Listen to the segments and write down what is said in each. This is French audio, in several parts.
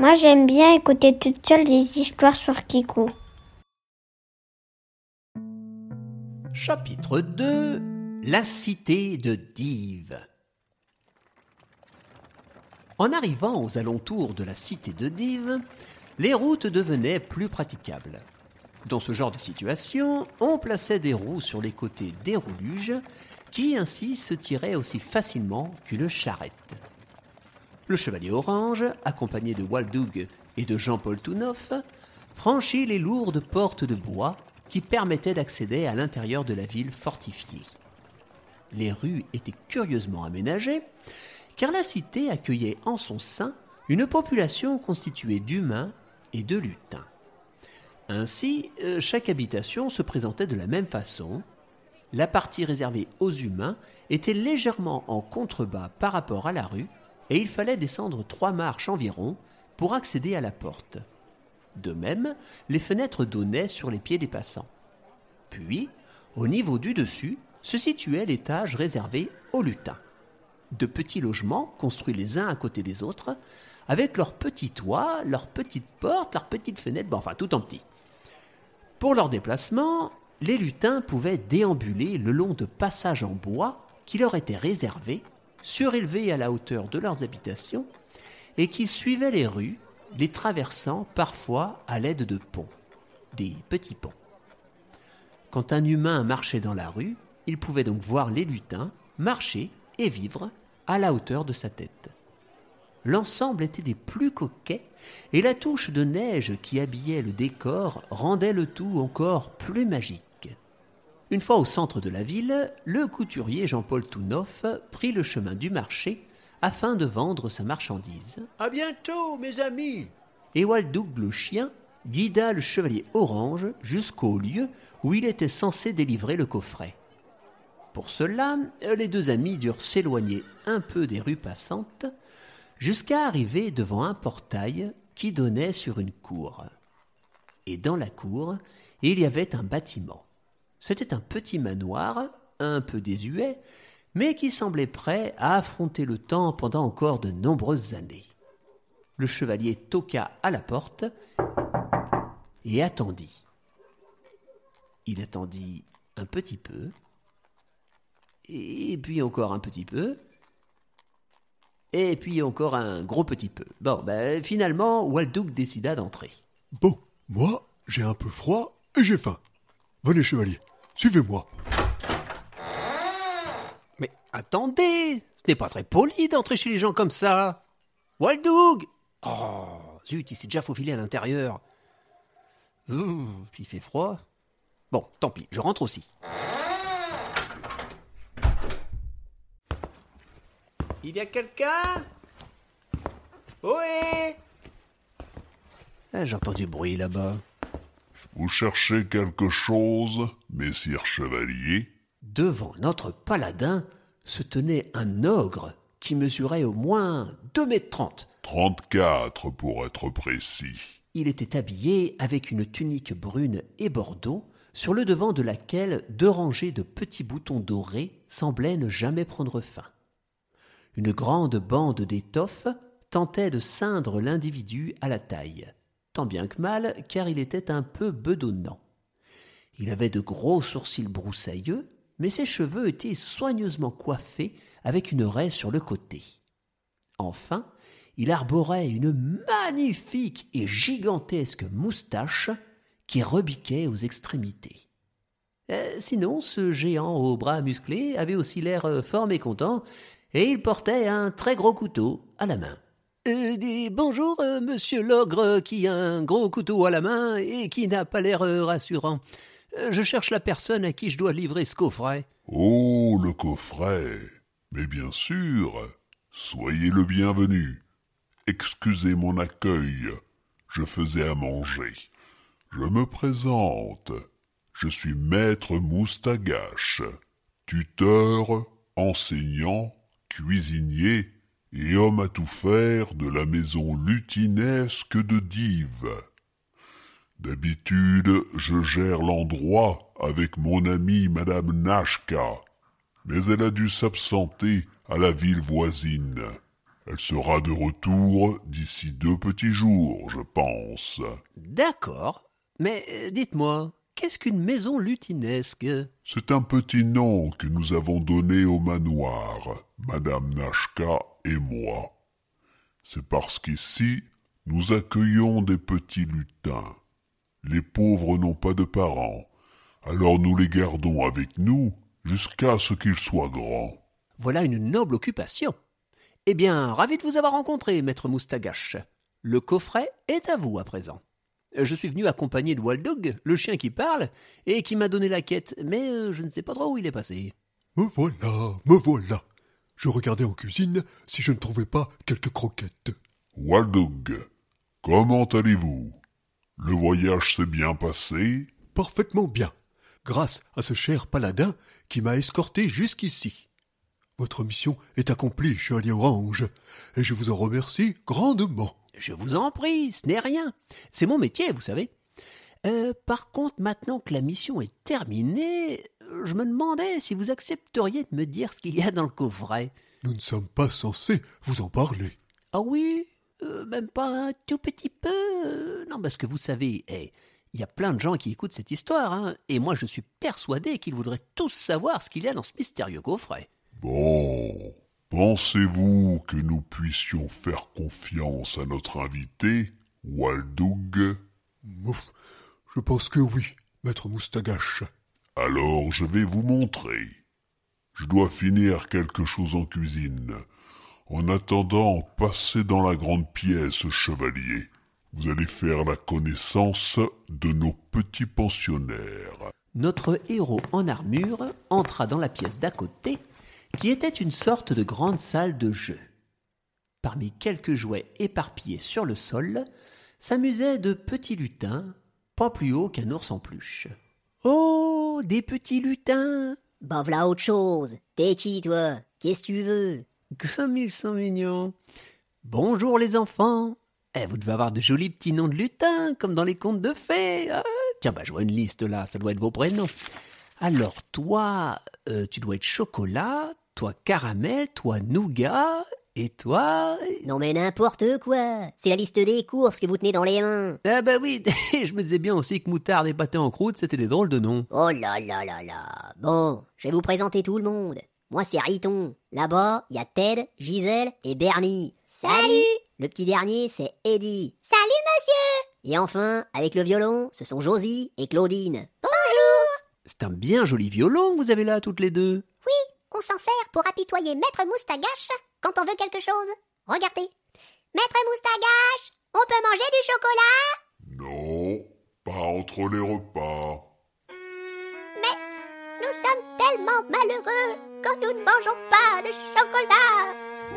Moi, j'aime bien écouter toute seule des histoires sur Kikou. Chapitre 2. La cité de Dives. En arrivant aux alentours de la cité de Dives, les routes devenaient plus praticables. Dans ce genre de situation, on plaçait des roues sur les côtés des roues-luges, qui ainsi se tiraient aussi facilement qu'une charrette. Le chevalier orange, accompagné de Waldoug et de Jean-Paul Tounoff, franchit les lourdes portes de bois qui permettaient d'accéder à l'intérieur de la ville fortifiée. Les rues étaient curieusement aménagées, car la cité accueillait en son sein une population constituée d'humains et de lutins. Ainsi, chaque habitation se présentait de la même façon. La partie réservée aux humains était légèrement en contrebas par rapport à la rue, et il fallait descendre 3 marches environ pour accéder à la porte. De même, les fenêtres donnaient sur les pieds des passants. Puis, au niveau du dessus, se situait l'étage réservé aux lutins. De petits logements construits les uns à côté des autres, avec leurs petits toits, leurs petites portes, leurs petites fenêtres, enfin tout en petit. Pour leur déplacement, les lutins pouvaient déambuler le long de passages en bois qui leur étaient réservés, surélevés à la hauteur de leurs habitations, et qui suivaient les rues, les traversant parfois à l'aide de ponts, des petits ponts. Quand un humain marchait dans la rue, il pouvait donc voir les lutins marcher et vivre à la hauteur de sa tête. L'ensemble était des plus coquets, et la touche de neige qui habillait le décor rendait le tout encore plus magique. Une fois au centre de la ville, le couturier Jean-Paul Tounoff prit le chemin du marché afin de vendre sa marchandise. « À bientôt, mes amis !» Et Waldoug le chien guida le chevalier orange jusqu'au lieu où il était censé délivrer le coffret. Pour cela, les deux amis durent s'éloigner un peu des rues passantes jusqu'à arriver devant un portail qui donnait sur une cour. Et dans la cour, il y avait un bâtiment. C'était un petit manoir, un peu désuet, mais qui semblait prêt à affronter le temps pendant encore de nombreuses années. Le chevalier toqua à la porte et attendit. Il attendit un petit peu, et puis encore un petit peu, et puis encore un gros petit peu. Finalement, Waldoug décida d'entrer. Bon, moi, j'ai un peu froid et j'ai faim. Venez, chevalier, suivez-moi. Mais attendez, ce n'est pas très poli d'entrer chez les gens comme ça. Waldoug! Oh, zut, il s'est déjà faufilé à l'intérieur. Il fait froid. Bon, tant pis, je rentre aussi. Il y a quelqu'un? Oui! J'ai entendu du bruit là-bas. Vous cherchez quelque chose, messire chevalier? Devant notre paladin se tenait un ogre qui mesurait au moins 2,30 m. 34 pour être précis. Il était habillé avec une tunique brune et bordeaux, sur le devant de laquelle 2 rangées de petits boutons dorés semblaient ne jamais prendre fin. Une grande bande d'étoffe tentait de ceindre l'individu à la taille, tant bien que mal, car il était un peu bedonnant. Il avait de gros sourcils broussailleux, mais ses cheveux étaient soigneusement coiffés avec une raie sur le côté. Enfin, il arborait une magnifique et gigantesque moustache qui rebiquait aux extrémités. Sinon, ce géant aux bras musclés avait aussi l'air fort mécontent, et il portait un très gros couteau à la main. Bonjour, monsieur l'ogre qui a un gros couteau à la main et qui n'a pas l'air rassurant. Je cherche la personne à qui je dois livrer ce coffret. Oh, le coffret! Mais bien sûr, soyez le bienvenu. Excusez mon accueil, je faisais à manger. Je me présente, je suis maître Moustagache, tuteur, enseignant, cuisinier et homme à tout faire de la maison lutinesque de Dives. D'habitude, je gère l'endroit avec mon amie Madame Nashka, mais elle a dû s'absenter à la ville voisine. Elle sera de retour d'ici 2 petits jours, je pense. D'accord, mais dites-moi, qu'est-ce qu'une maison lutinesque? C'est un petit nom que nous avons donné au manoir, Madame Nashka et moi. C'est parce qu'ici, nous accueillons des petits lutins. Les pauvres n'ont pas de parents, alors nous les gardons avec nous jusqu'à ce qu'ils soient grands. Voilà une noble occupation. Eh bien, ravi de vous avoir rencontré, maître Moustagache. Le coffret est à vous à présent. Je suis venu accompagné de Waldog, le chien qui parle, et qui m'a donné la quête, mais je ne sais pas trop où il est passé. Me voilà. Je regardais en cuisine si je ne trouvais pas quelques croquettes. Waldog, comment allez-vous? Le voyage s'est bien passé? Parfaitement bien, grâce à ce cher paladin qui m'a escorté jusqu'ici. Votre mission est accomplie, chevalier Orange, et je vous en remercie grandement. Je vous en prie, ce n'est rien. C'est mon métier, vous savez. Par contre, maintenant que la mission est terminée, je me demandais si vous accepteriez de me dire ce qu'il y a dans le coffret. Nous ne sommes pas censés vous en parler. Ah oui, même pas un tout petit peu. Non, parce que vous savez, il y a plein de gens qui écoutent cette histoire, hein, et moi je suis persuadé qu'ils voudraient tous savoir ce qu'il y a dans ce mystérieux coffret. Bon, pensez-vous que nous puissions faire confiance à notre invité, Waldog? Ouf, je pense que oui, maître Moustagache. Alors je vais vous montrer. Je dois finir quelque chose en cuisine. En attendant, passez dans la grande pièce, chevalier. Vous allez faire la connaissance de nos petits pensionnaires. Notre héros en armure entra dans la pièce d'à côté, qui était une sorte de grande salle de jeu. Parmi quelques jouets éparpillés sur le sol, s'amusaient de petits lutins, pas plus hauts qu'un ours en peluche. Oh, des petits lutins! Bah v'là autre chose. T'es qui, toi? Qu'est-ce que tu veux? Comme ils sont mignons! Bonjour les enfants! Vous devez avoir de jolis petits noms de lutins, comme dans les contes de fées. Ah, tiens, je vois une liste là, ça doit être vos prénoms. Alors toi, tu dois être chocolat, toi caramel, toi nougat, et toi... Non mais n'importe quoi. C'est la liste des courses que vous tenez dans les mains. Ah bah oui, je me disais bien aussi que moutarde et pâté en croûte, c'était des drôles de noms. Oh là là là là. Bon, je vais vous présenter tout le monde. Moi c'est Riton. Là-bas, il y a Ted, Gisèle et Bernie. Salut. Le petit dernier, c'est Eddie. Salut monsieur. Et enfin, avec le violon, ce sont Josie et Claudine. Bonjour. C'est un bien joli violon que vous avez là, toutes les deux. Oui, on s'en sert pour apitoyer Maître Moustagache quand on veut quelque chose. Regardez. Maître Moustagache, on peut manger du chocolat? Non, pas entre les repas. Mais nous sommes tellement malheureux quand nous ne mangeons pas de chocolat.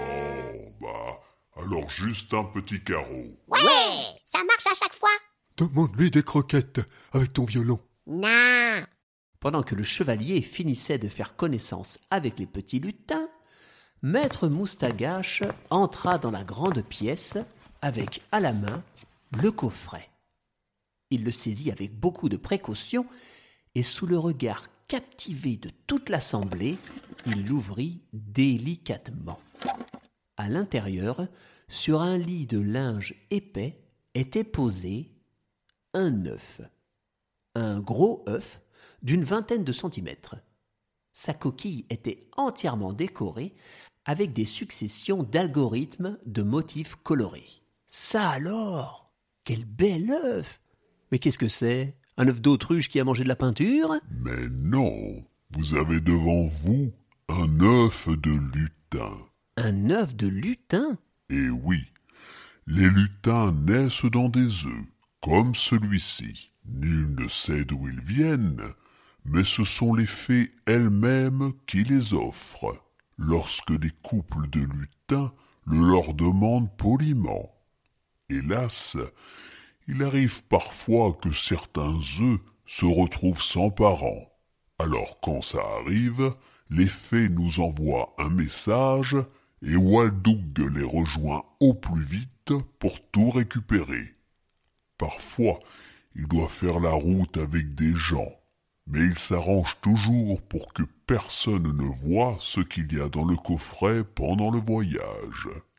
Alors juste un petit carreau. Ouais, ça marche à chaque fois. Demande-lui des croquettes avec ton violon. Non. Pendant que le chevalier finissait de faire connaissance avec les petits lutins, Maître Moustagache entra dans la grande pièce avec à la main le coffret. Il le saisit avec beaucoup de précaution et sous le regard captivé de toute l'assemblée, il l'ouvrit délicatement. À l'intérieur, sur un lit de linge épais, était posé un œuf. Un gros œuf d'une 20aine de centimètres. Sa coquille était entièrement décorée avec des successions d'algorithmes de motifs colorés. Ça alors! Quel bel œuf! Mais qu'est-ce que c'est? Un œuf d'autruche qui a mangé de la peinture? Mais non, vous avez devant vous un œuf de lutin. Un œuf de lutin? Eh oui, les lutins naissent dans des œufs, comme celui-ci. Nul ne sait d'où ils viennent, mais ce sont les fées elles-mêmes qui les offrent, lorsque des couples de lutins le leur demandent poliment. Hélas, il arrive parfois que certains œufs se retrouvent sans parents. Alors quand ça arrive, les fées nous envoient un message et Waldog les rejoint au plus vite pour tout récupérer. Parfois, il doit faire la route avec des gens, mais il s'arrange toujours pour que personne ne voie ce qu'il y a dans le coffret pendant le voyage.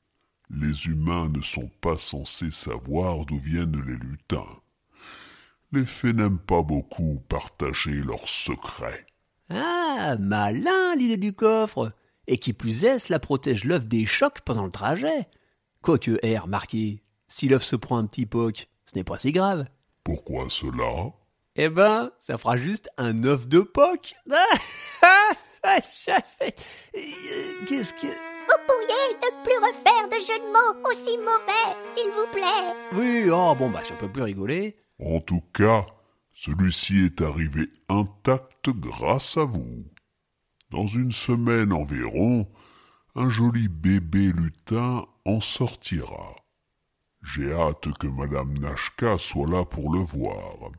Les humains ne sont pas censés savoir d'où viennent les lutins. Les fées n'aiment pas beaucoup partager leurs secrets. Ah, malin l'idée du coffre. Et qui plus est, cela protège l'œuf des chocs pendant le trajet. Quoique, remarquez, si l'œuf se prend un petit poc, ce n'est pas si grave. Pourquoi cela? Eh ben, ça fera juste un œuf de poc. Qu'est-ce que... Vous pourriez ne plus refaire de jeux de mots aussi mauvais, s'il vous plaît. Oui, si on peut plus rigoler... En tout cas, celui-ci est arrivé intact grâce à vous. Dans une semaine environ, un joli bébé lutin en sortira. J'ai hâte que Madame Nashka soit là pour le voir.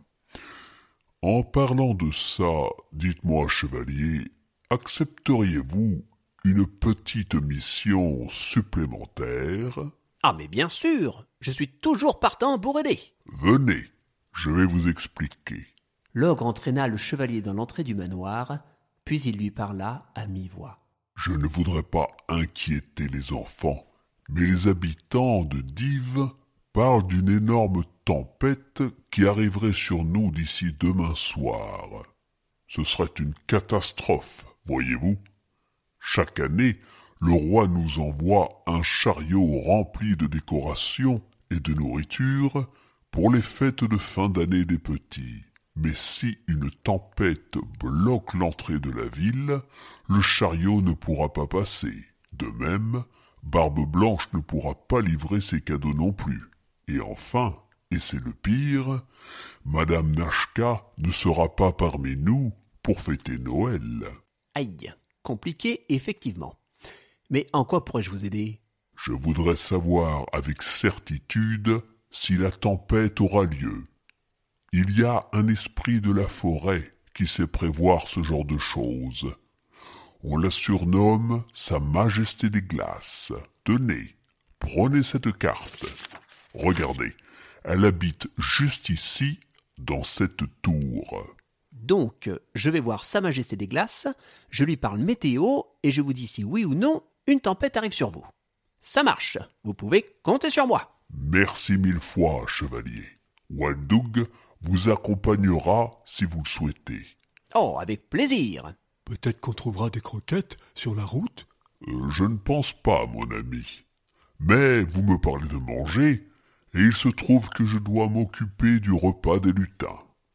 En parlant de ça, dites-moi, chevalier, accepteriez-vous une petite mission supplémentaire? Ah mais bien sûr, je suis toujours partant pour aider. Venez, je vais vous expliquer. L'ogre entraîna le chevalier dans l'entrée du manoir, puis il lui parla à mi-voix. Je ne voudrais pas inquiéter les enfants, mais les habitants de Dives parlent d'une énorme tempête qui arriverait sur nous d'ici demain soir. Ce serait une catastrophe, voyez-vous. Chaque année, le roi nous envoie un chariot rempli de décorations et de nourriture pour les fêtes de fin d'année des petits. Mais si une tempête bloque l'entrée de la ville, le chariot ne pourra pas passer. De même, Barbe Blanche ne pourra pas livrer ses cadeaux non plus. Et enfin, et c'est le pire, Madame Nashka ne sera pas parmi nous pour fêter Noël. Aïe, compliqué effectivement. Mais en quoi pourrais-je vous aider? Je voudrais savoir avec certitude si la tempête aura lieu. Il y a un esprit de la forêt qui sait prévoir ce genre de choses. On la surnomme Sa Majesté des Glaces. Tenez, prenez cette carte. Regardez, elle habite juste ici, dans cette tour. Donc, je vais voir Sa Majesté des Glaces, je lui parle météo et je vous dis si oui ou non une tempête arrive sur vous. Ça marche, vous pouvez compter sur moi. Merci mille fois, chevalier. Waldoug vous accompagnera si vous le souhaitez. Oh, avec plaisir. Peut-être qu'on trouvera des croquettes sur la route? Je ne pense pas, mon ami. Mais vous me parlez de manger, et il se trouve que je dois m'occuper du repas des lutins.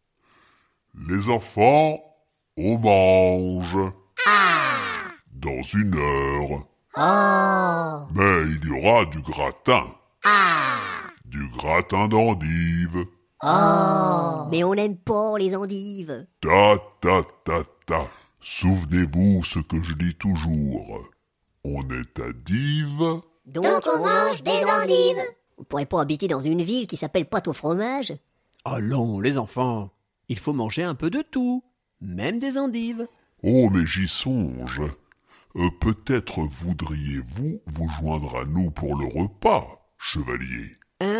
Les enfants, on mange. Dans 1 heure. Mais il y aura du gratin. Du gratin d'endive. Mais on n'aime pas les endives. Ta. Souvenez-vous ce que je dis toujours. On est à Dives. Donc on mange des endives. Vous pourrez pas habiter dans une ville qui s'appelle pâte au fromage? Allons, les enfants, il faut manger un peu de tout, même des endives. Oh, mais j'y songe. Peut-être voudriez-vous vous joindre à nous pour le repas, chevalier?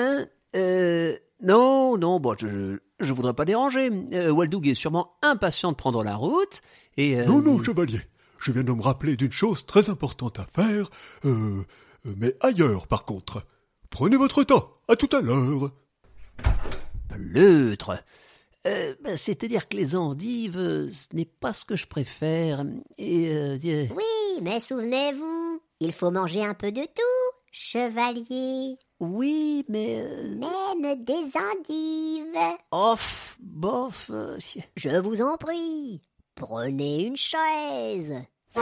Non, je voudrais pas déranger. Waldoug est sûrement impatient de prendre la route, et... Non, chevalier, je viens de me rappeler d'une chose très importante à faire, mais ailleurs par contre. Prenez votre temps, à tout à l'heure. Pleutre. C'est-à-dire que les endives, ce n'est pas ce que je préfère, et... Oui, mais souvenez-vous, il faut manger un peu de tout, chevalier. Oui, mais... Même des endives. Bof... Je vous en prie, prenez une chaise.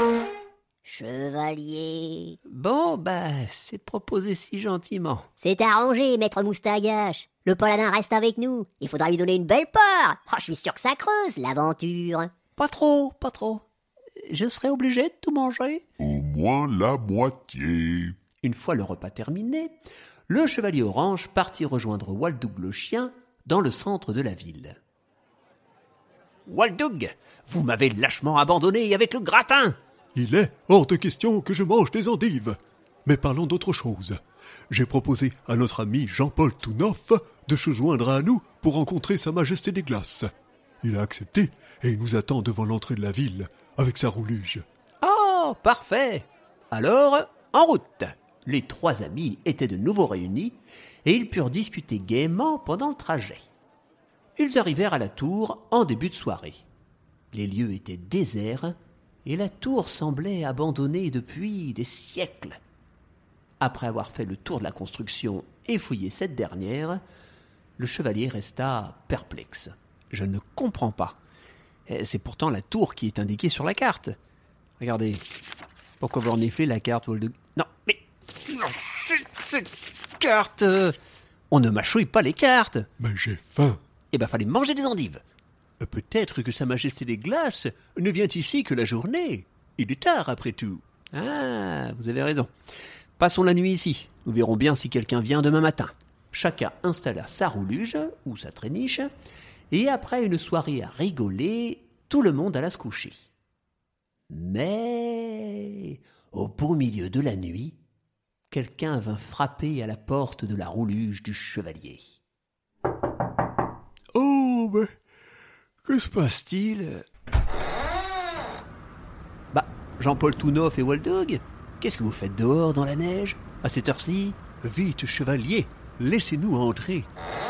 Chevalier. Bon, c'est proposé si gentiment. C'est arrangé, maître Moustagache. Le paladin reste avec nous. Il faudra lui donner une belle part. Je suis sûr que ça creuse, l'aventure. Pas trop. Je serai obligé de tout manger. Au moins la moitié. Une fois le repas terminé, le chevalier orange partit rejoindre Waldoug le chien dans le centre de la ville. Waldoug, vous m'avez lâchement abandonné avec le gratin. Il est hors de question que je mange des endives. Mais parlons d'autre chose. J'ai proposé à notre ami Jean-Paul Tounoff de se joindre à nous pour rencontrer Sa Majesté des Glaces. Il a accepté et il nous attend devant l'entrée de la ville avec sa roue luge. Oh, parfait. Alors, en route. Les 3 amis étaient de nouveau réunis et ils purent discuter gaiement pendant le trajet. Ils arrivèrent à la tour en début de soirée. Les lieux étaient déserts et la tour semblait abandonnée depuis des siècles. Après avoir fait le tour de la construction et fouillé cette dernière, le chevalier resta perplexe. « Je ne comprends pas. C'est pourtant la tour qui est indiquée sur la carte. Regardez. Pourquoi vous reniflez la carte, Voldug? Non, mais... Cette carte... On ne mâchouille pas les cartes. Mais j'ai faim. Eh ben, fallait manger des endives. Peut-être que Sa Majesté des Glaces ne vient ici que la journée. Il est tard, après tout. Ah, vous avez raison. Passons la nuit ici. Nous verrons bien si quelqu'un vient demain matin. Chacun installa sa rouluge, ou sa tréniche, et après une soirée à rigoler, tout le monde alla se coucher. Mais, au beau milieu de la nuit, quelqu'un vint frapper à la porte de la rouluge du chevalier. « Oh, mais que se passe-t-il » Bah, Jean-Paul Tounoff et Woldug, qu'est-ce que vous faites dehors dans la neige, à cette heure-ci? Vite, chevalier, laissez-nous entrer.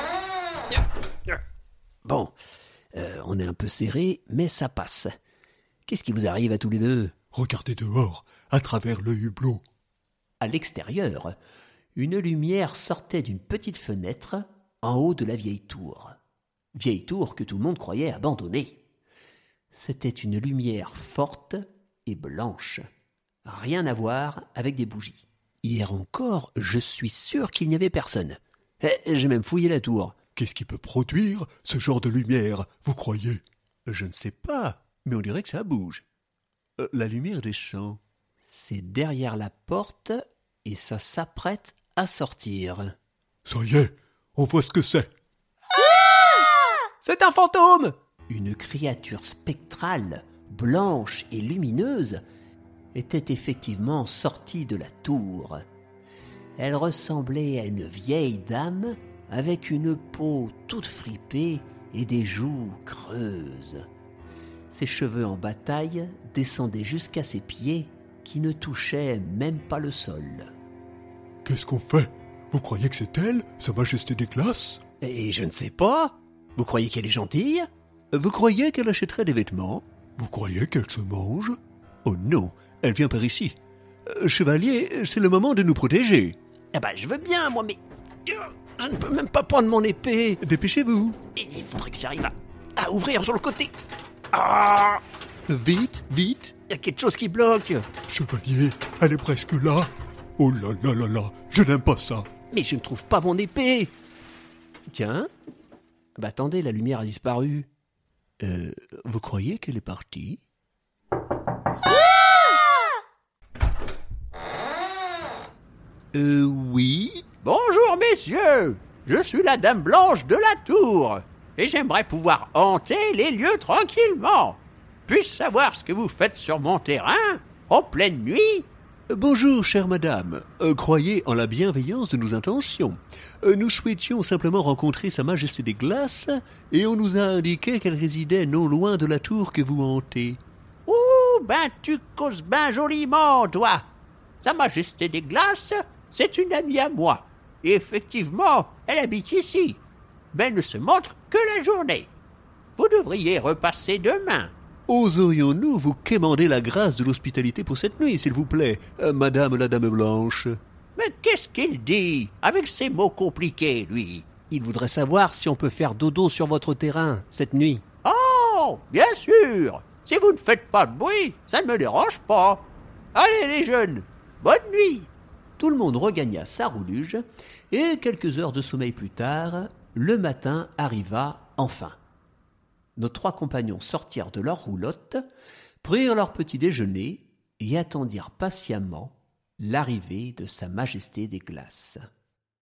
Bon, on est un peu serré, mais ça passe. Qu'est-ce qui vous arrive à tous les deux? Regardez dehors, à travers le hublot. À l'extérieur, une lumière sortait d'une petite fenêtre en haut de la vieille tour. Vieille tour que tout le monde croyait abandonnée. C'était une lumière forte et blanche. Rien à voir avec des bougies. Hier encore, je suis sûr qu'il n'y avait personne. J'ai même fouillé la tour. Qu'est-ce qui peut produire ce genre de lumière, vous croyez? Je ne sais pas, mais on dirait que ça bouge. La lumière des champs. C'est derrière la porte et ça s'apprête à sortir. Ça y est, on voit ce que c'est. C'est un fantôme! Une créature spectrale, blanche et lumineuse, était effectivement sortie de la tour. Elle ressemblait à une vieille dame avec une peau toute fripée et des joues creuses. Ses cheveux en bataille descendaient jusqu'à ses pieds qui ne touchaient même pas le sol. Qu'est-ce qu'on fait? Vous croyez que c'est elle, Sa Majesté des Glaces? Et je ne sais pas. Vous croyez qu'elle est gentille? Vous croyez qu'elle achèterait des vêtements? Vous croyez qu'elle se mange? Oh non, elle vient par ici. Chevalier, c'est le moment de nous protéger. Ah bah je veux bien, moi, mais... Je ne peux même pas prendre mon épée. Dépêchez-vous. Il faudrait que j'arrive à ouvrir sur le côté. Ah! Vite, vite. Il y a quelque chose qui bloque. Chevalier, elle est presque là. Oh là là là là, je n'aime pas ça. Mais je ne trouve pas mon épée. Tiens. Bah attendez, la lumière a disparu. Vous croyez qu'elle est partie? Oui. Bonjour messieurs, je suis la Dame Blanche de la Tour, et j'aimerais pouvoir hanter les lieux tranquillement. Puis-je savoir ce que vous faites sur mon terrain, en pleine nuit? Bonjour, chère madame. Croyez en la bienveillance de nos intentions. Nous souhaitions simplement rencontrer Sa Majesté des Glaces, et on nous a indiqué qu'elle résidait non loin de la tour que vous hantez. Ouh, ben tu causes ben joliment, toi. Sa Majesté des Glaces, c'est une amie à moi. Et effectivement, elle habite ici. Mais elle ne se montre que la journée. Vous devriez repasser demain. Oserions-nous vous quémander la grâce de l'hospitalité pour cette nuit, s'il vous plaît, madame la Dame Blanche? Mais qu'est-ce qu'il dit, avec ces mots compliqués, lui? Il voudrait savoir si on peut faire dodo sur votre terrain, cette nuit. Oh, bien sûr. Si vous ne faites pas de bruit, ça ne me dérange pas. Allez les jeunes, bonne nuit. Tout le monde regagna sa rouluge, et quelques heures de sommeil plus tard, le matin arriva enfin. Nos 3 compagnons sortirent de leur roulotte, prirent leur petit déjeuner et attendirent patiemment l'arrivée de Sa Majesté des Glaces.